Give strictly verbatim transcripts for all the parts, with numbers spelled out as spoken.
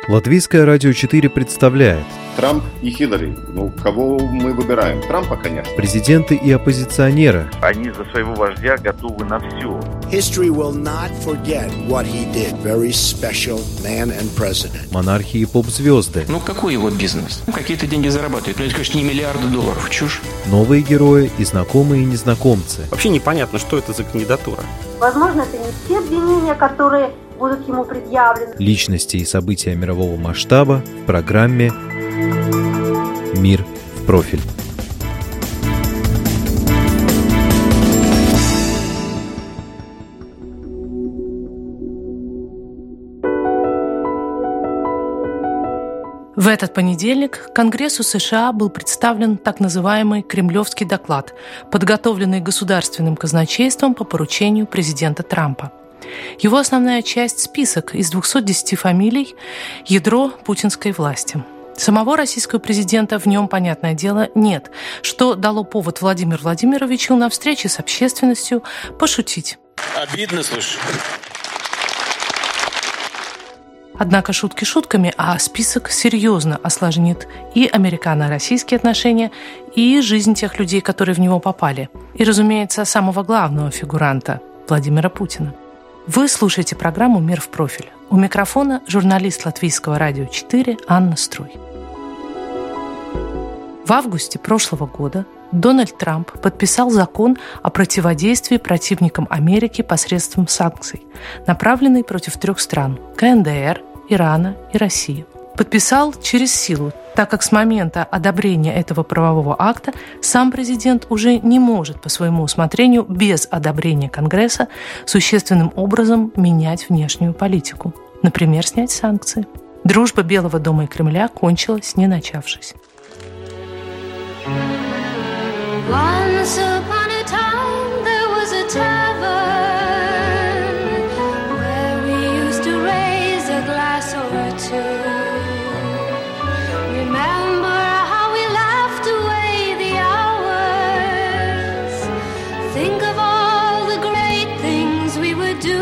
Латвийское радио четыре представляет Трамп и Хиллари. Ну, кого мы выбираем? Трампа, конечно. Президенты и оппозиционеры. Они за своего вождя готовы на все. History will not forget what he did. Very special man and president. Монархи и поп-звезды. Ну, какой его бизнес? Ну, какие-то деньги зарабатывают. Ну, это, конечно, не миллиарды долларов. Чушь. Новые герои и знакомые незнакомцы. Вообще непонятно, что это за кандидатура. Возможно, это не те обвинения, которые будут ему предъявлены. Личности и события мирового масштаба в программе «Мир в профиль». В этот понедельник Конгрессу США был представлен так называемый «Кремлевский доклад», подготовленный государственным казначейством по поручению президента Трампа. Его основная часть – список из двухсот десяти фамилий, ядро путинской власти. Самого российского президента в нем, понятное дело, нет, что дало повод Владимиру Владимировичу на встрече с общественностью пошутить. Обидно, слушай. Однако шутки шутками, а список серьезно осложнит и американо-российские отношения, и жизнь тех людей, которые в него попали. И, разумеется, самого главного фигуранта – Владимира Путина. Вы слушаете программу «Мир в профиль». У микрофона журналист Латвийского радио четыре Анна Струй. В августе прошлого года Дональд Трамп подписал закон о противодействии противникам Америки посредством санкций, направленный против трех стран – ка эн дэ эр, Ирана и России. Подписал через силу, так как с момента одобрения этого правового акта сам президент уже не может по своему усмотрению без одобрения Конгресса существенным образом менять внешнюю политику. Например, снять санкции. Дружба Белого дома и Кремля кончилась, не начавшись. Once upon a time there was a tavern where we used to raise a glass or two. Remember how we laughed away the hours. Think of all the great things we would do.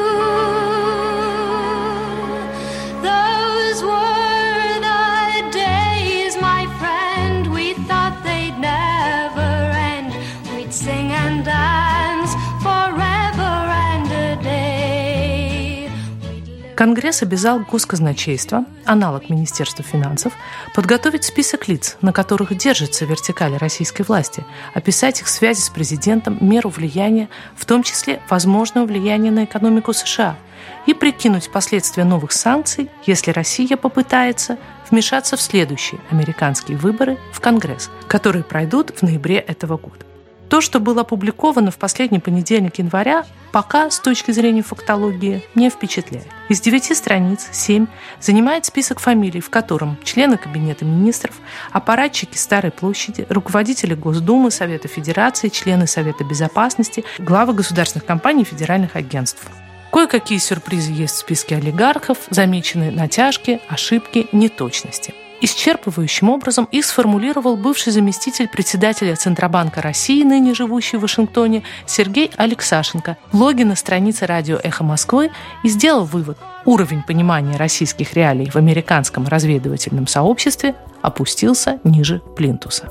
Those were the days, my friend, we thought they'd never end. We'd sing and dance forever and a day. Конгресс обязал Госказначейство, аналог Министерства финансов, подготовить список лиц, на которых держится вертикаль российской власти, описать их связи с президентом, меру влияния, в том числе возможного влияния на экономику США, и прикинуть последствия новых санкций, если Россия попытается вмешаться в следующие американские выборы в Конгресс, которые пройдут в ноябре этого года. То, что было опубликовано в последний понедельник января, пока с точки зрения фактологии не впечатляет. Из девяти страниц семь занимает список фамилий, в котором члены Кабинета министров, аппаратчики Старой площади, руководители Госдумы, Совета Федерации, члены Совета Безопасности, главы государственных компаний и федеральных агентств. Кое-какие сюрпризы есть в списке олигархов, замечены натяжки, ошибки, неточности. Исчерпывающим образом их сформулировал бывший заместитель председателя Центробанка России, ныне живущий в Вашингтоне, Сергей Алексашенко, в блоге на странице радио «Эхо Москвы», и сделал вывод: уровень понимания российских реалий в американском разведывательном сообществе опустился ниже плинтуса.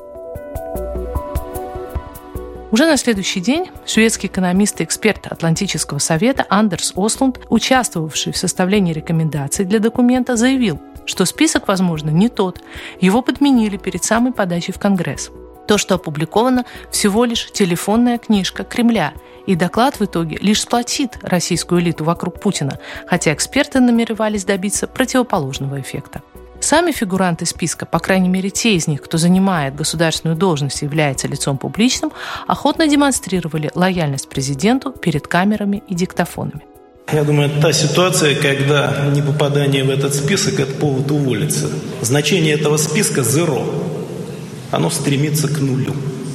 Уже на следующий день шведский экономист и эксперт Атлантического совета Андерс Ослунд, участвовавший в составлении рекомендаций для документа, заявил, что список, возможно, не тот. Его подменили перед самой подачей в Конгресс. То, что опубликовано, всего лишь телефонная книжка Кремля, и доклад в итоге лишь сплотит российскую элиту вокруг Путина, хотя эксперты намеревались добиться противоположного эффекта. Сами фигуранты списка, по крайней мере те из них, кто занимает государственную должность и является лицом публичным, охотно демонстрировали лояльность президенту перед камерами и диктофонами. Я думаю, это та ситуация, когда непопадание в этот список – это повод уволиться. Значение этого списка – зеро. Оно стремится к нулю.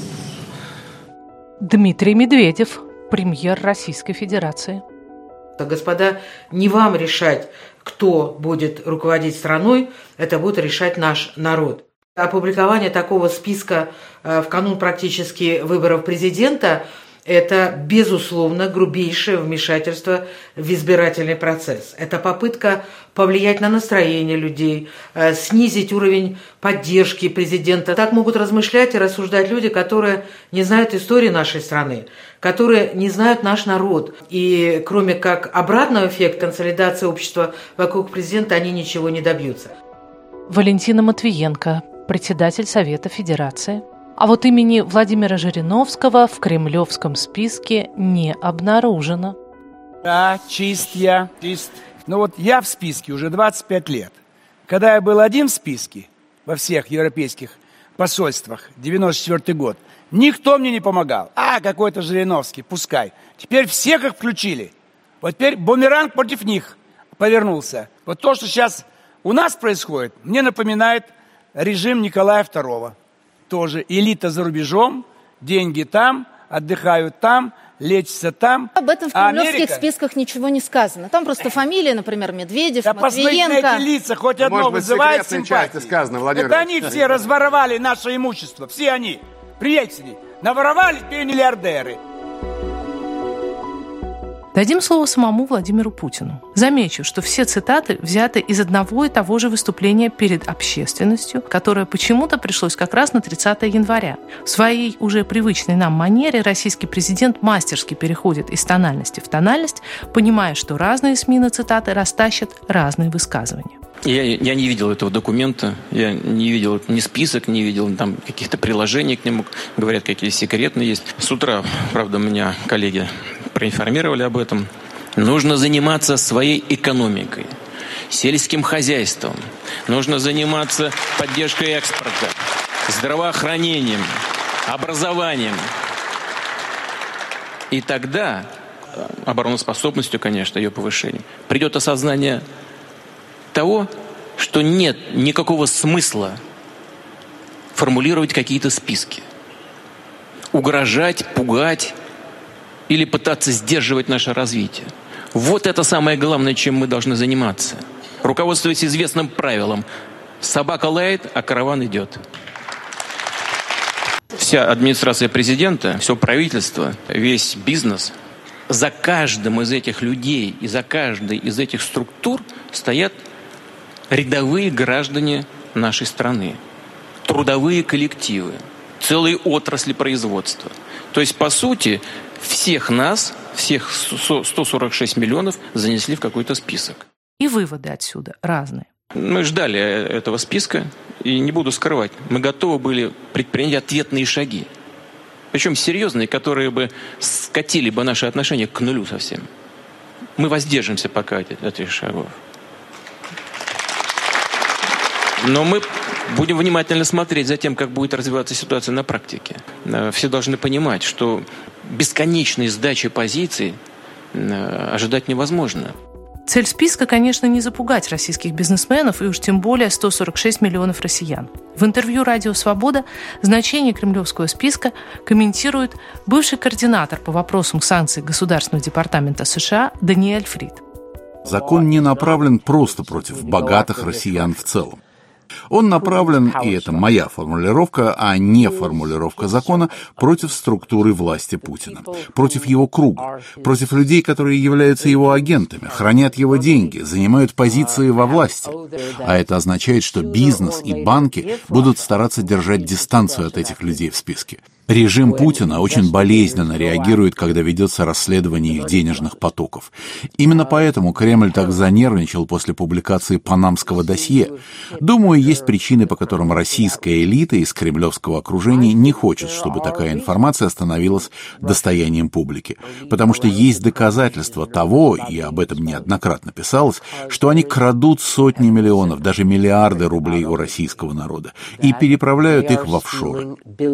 Дмитрий Медведев, премьер Российской Федерации. Господа, не вам решать, кто будет руководить страной, это будет решать наш народ. Опубликование такого списка в канун практически выборов президента – это, безусловно, грубейшее вмешательство в избирательный процесс. Это попытка повлиять на настроение людей, снизить уровень поддержки президента. Так могут размышлять и рассуждать люди, которые не знают истории нашей страны, которые не знают наш народ. И кроме как обратного эффекта консолидации общества вокруг президента, они ничего не добьются. Валентина Матвиенко, председатель Совета Федерации. А вот имени Владимира Жириновского в кремлевском списке не обнаружено. Да, чист я, чист. Но вот я в списке уже двадцать пять лет. Когда я был один в списке во всех европейских посольствах, девяносто четвёртый год, никто мне не помогал. А, какой-то Жириновский, пускай. Теперь всех их включили. Вот теперь бумеранг против них повернулся. Вот то, что сейчас у нас происходит, мне напоминает режим Николая второго. Тоже элита за рубежом, деньги там, отдыхают там, лечатся там. Об этом в кремлевских Америка... списках ничего не сказано. Там просто фамилии, например, Медведев, да Матвиенко. Да посмотрите на эти лица, хоть одно Может быть, вызывает симпатии. Сказано, Владимир Это они все разворовали наше имущество, все они. При Ельцине наворовали, теперь миллиардеры. Дадим слово самому Владимиру Путину. Замечу, что все цитаты взяты из одного и того же выступления перед общественностью, которое почему-то пришлось как раз на тридцатое января. В своей уже привычной нам манере российский президент мастерски переходит из тональности в тональность, понимая, что разные СМИ на цитаты растащат разные высказывания. Я, я не видел этого документа, я не видел ни список, не видел там каких-то приложений к нему, говорят, какие секретные есть. С утра, правда, меня коллеги проинформировали об этом. Нужно заниматься своей экономикой, сельским хозяйством, нужно заниматься поддержкой экспорта, здравоохранением, образованием. И тогда, обороноспособностью, конечно, ее повышением, придет осознание того, что нет никакого смысла формулировать какие-то списки, угрожать, пугать или пытаться сдерживать наше развитие. Вот это самое главное, чем мы должны заниматься. Руководствуясь известным правилом: собака лает, а караван идет. Вся администрация президента, все правительство, весь бизнес, за каждым из этих людей и за каждой из этих структур стоят рядовые граждане нашей страны, трудовые коллективы, целые отрасли производства. То есть, по сути, всех нас, всех сто сорок шесть миллионов занесли в какой-то список. И выводы отсюда разные. Мы ждали этого списка, и не буду скрывать, мы готовы были предпринять ответные шаги. Причем серьезные, которые бы скатили бы наши отношения к нулю совсем. Мы воздержимся пока от этих шагов. Но мы будем внимательно смотреть за тем, как будет развиваться ситуация на практике. Все должны понимать, что бесконечной сдачи позиций ожидать невозможно. Цель списка, конечно, не запугать российских бизнесменов и уж тем более сто сорок шесть миллионов россиян. В интервью «Радио Свобода» значение кремлевского списка комментирует бывший координатор по вопросам санкций Государственного департамента США Даниэль Фрид. Закон не направлен просто против богатых россиян в целом. Он направлен, и это моя формулировка, а не формулировка закона, против структуры власти Путина, против его круга, против людей, которые являются его агентами, хранят его деньги, занимают позиции во власти. А это означает, что бизнес и банки будут стараться держать дистанцию от этих людей в списке. Режим Путина очень болезненно реагирует, когда ведется расследование их денежных потоков. Именно поэтому Кремль так занервничал после публикации панамского досье. Думаю, есть причины, по которым российская элита из кремлевского окружения не хочет, чтобы такая информация становилась достоянием публики. Потому что есть доказательства того, и об этом неоднократно писалось, что они крадут сотни миллионов, даже миллиарды рублей у российского народа и переправляют их в офшоры.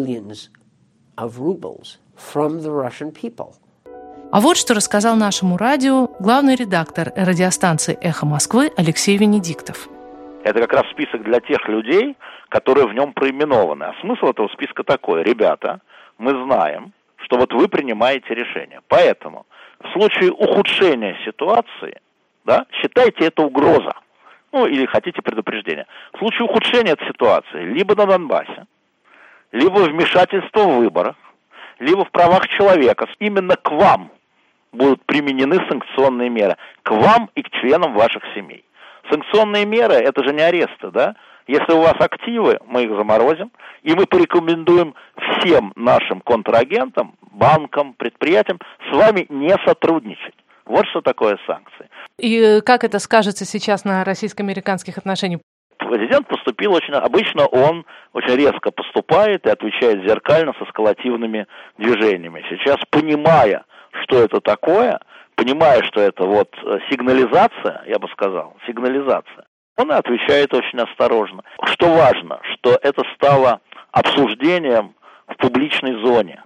А вот что рассказал нашему радио главный редактор радиостанции «Эхо Москвы» Алексей Венедиктов. Это как раз список для тех людей, которые в нем проименованы. А смысл этого списка такой: ребята, мы знаем, что вот вы принимаете решение. Поэтому в случае ухудшения ситуации, да, считайте это угроза. Ну, или хотите предупреждение. В случае ухудшения этой ситуации либо на Донбассе, либо вмешательство в выборах, либо в правах человека. Именно к вам будут применены санкционные меры. К вам и к членам ваших семей. Санкционные меры – это же не аресты, да? Если у вас активы, мы их заморозим, и мы порекомендуем всем нашим контрагентам, банкам, предприятиям с вами не сотрудничать. Вот что такое санкции. И как это скажется сейчас на российско-американских отношениях? Президент поступил очень... Обычно он очень резко поступает и отвечает зеркально со эскалативными движениями. Сейчас, понимая, что это такое, понимая, что это вот сигнализация, я бы сказал, сигнализация, он отвечает очень осторожно. Что важно, что это стало обсуждением в публичной зоне.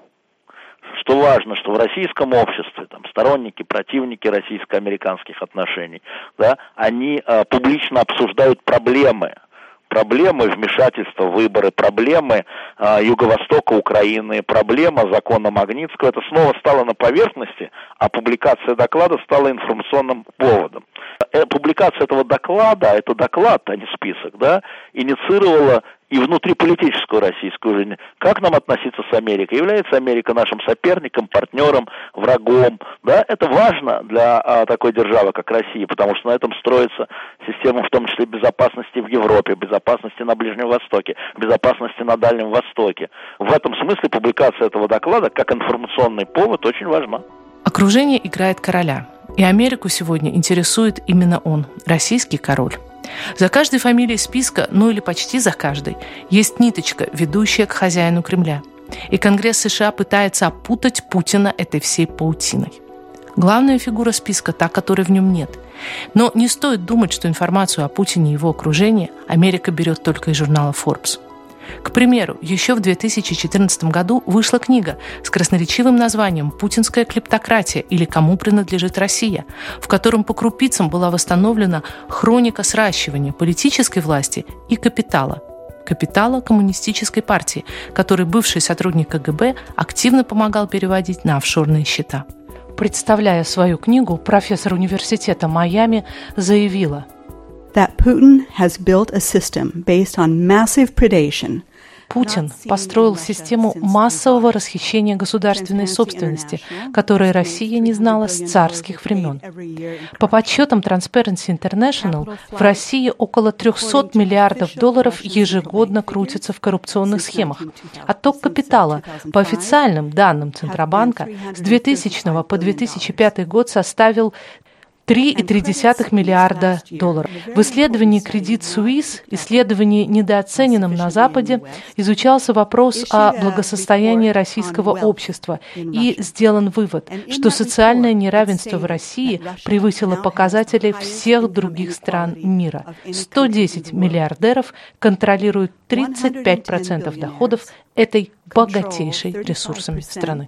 Что важно, что в российском обществе там, сторонники, противники российско-американских отношений, да, они э, публично обсуждают проблемы. Проблемы вмешательства в выборы, проблемы э, Юго-Востока Украины, проблема закона Магнитского. Это снова стало на поверхности, а публикация доклада стала информационным поводом. Э, публикация этого доклада, это доклад, а не список, да, инициировала и внутриполитическую российскую жизнь. Как нам относиться с Америкой? Является Америка нашим соперником, партнером, врагом? Да? Это важно для а, такой державы, как Россия, потому что на этом строится система, в том числе, безопасности в Европе, безопасности на Ближнем Востоке, безопасности на Дальнем Востоке. В этом смысле публикация этого доклада, как информационный повод, очень важна. Окружение играет короля. И Америку сегодня интересует именно он, российский король. За каждой фамилией списка, ну или почти за каждой, есть ниточка, ведущая к хозяину Кремля. И Конгресс США пытается опутать Путина этой всей паутиной. Главная фигура списка – та, которой в нем нет. Но не стоит думать, что информацию о Путине и его окружении Америка берет только из журнала Forbes. К примеру, еще в две тысячи четырнадцатом году вышла книга с красноречивым названием «Путинская клептократия» или «Кому принадлежит Россия», в котором по крупицам была восстановлена хроника сращивания политической власти и капитала. Капитала коммунистической партии, который бывший сотрудник ка гэ бэ активно помогал переводить на офшорные счета. Представляя свою книгу, профессор университета Майами заявила: that Putin has built a system based on massive predation. Путин построил систему массового расхищения государственной собственности, которой Россия не знала с царских времен. По подсчетам Transparency International, в России около триста миллиардов долларов ежегодно крутятся в коррупционных схемах. Отток капитала, по официальным данным Центробанка, с двухтысячного по две тысячи пятый год составил три целых три десятых миллиарда долларов. В исследовании Credit Suisse, исследовании, недооцененном на Западе, изучался вопрос о благосостоянии российского общества, и сделан вывод, что социальное неравенство в России превысило показатели всех других стран мира. сто десять миллиардеров контролируют тридцать пять процентов доходов этой богатейшей ресурсами страны.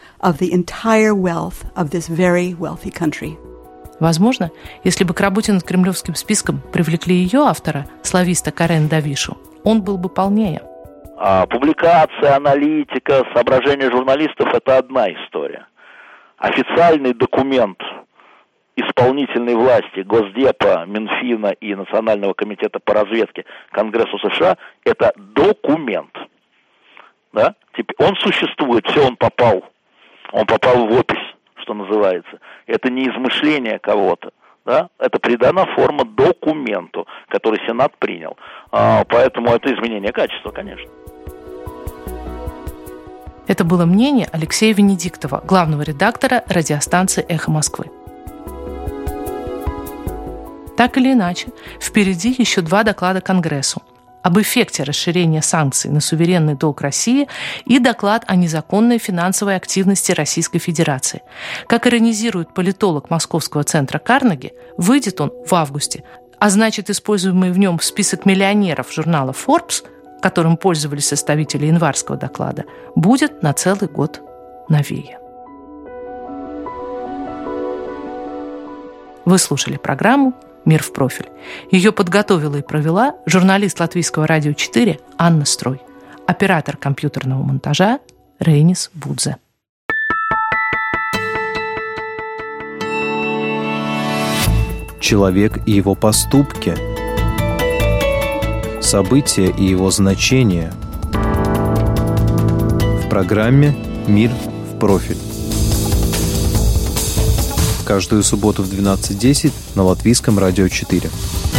Возможно, если бы к работе над кремлевским списком привлекли ее автора, слависта Карен Давишу, он был бы полнее. А, публикация, аналитика, соображения журналистов – это одна история. Официальный документ исполнительной власти, Госдепа, Минфина и Национального комитета по разведке Конгрессу США – это документ. Да? Теперь он существует, все, он попал. Он попал в опись, что называется. Это не измышление кого-то, да? Это придана форма документу, который Сенат принял. А, поэтому это изменение качества, конечно. Это было мнение Алексея Венедиктова, главного редактора радиостанции «Эхо Москвы». Так или иначе, впереди еще два доклада Конгрессу об эффекте расширения санкций на суверенный долг России и доклад о незаконной финансовой активности Российской Федерации. Как иронизирует политолог Московского центра Карнеги, выйдет он в августе, а значит, используемый в нем список миллионеров журнала Forbes, которым пользовались составители январского доклада, будет на целый год новее. Вы слушали программу «Мир в профиль». Ее подготовила и провела журналист Латвийского радио четыре Анна Строй, оператор компьютерного монтажа Рейнис Будзе. Человек и его поступки, события и его значения. В программе «Мир в профиль». Каждую субботу в двенадцать десять на Латвийском радио четыре.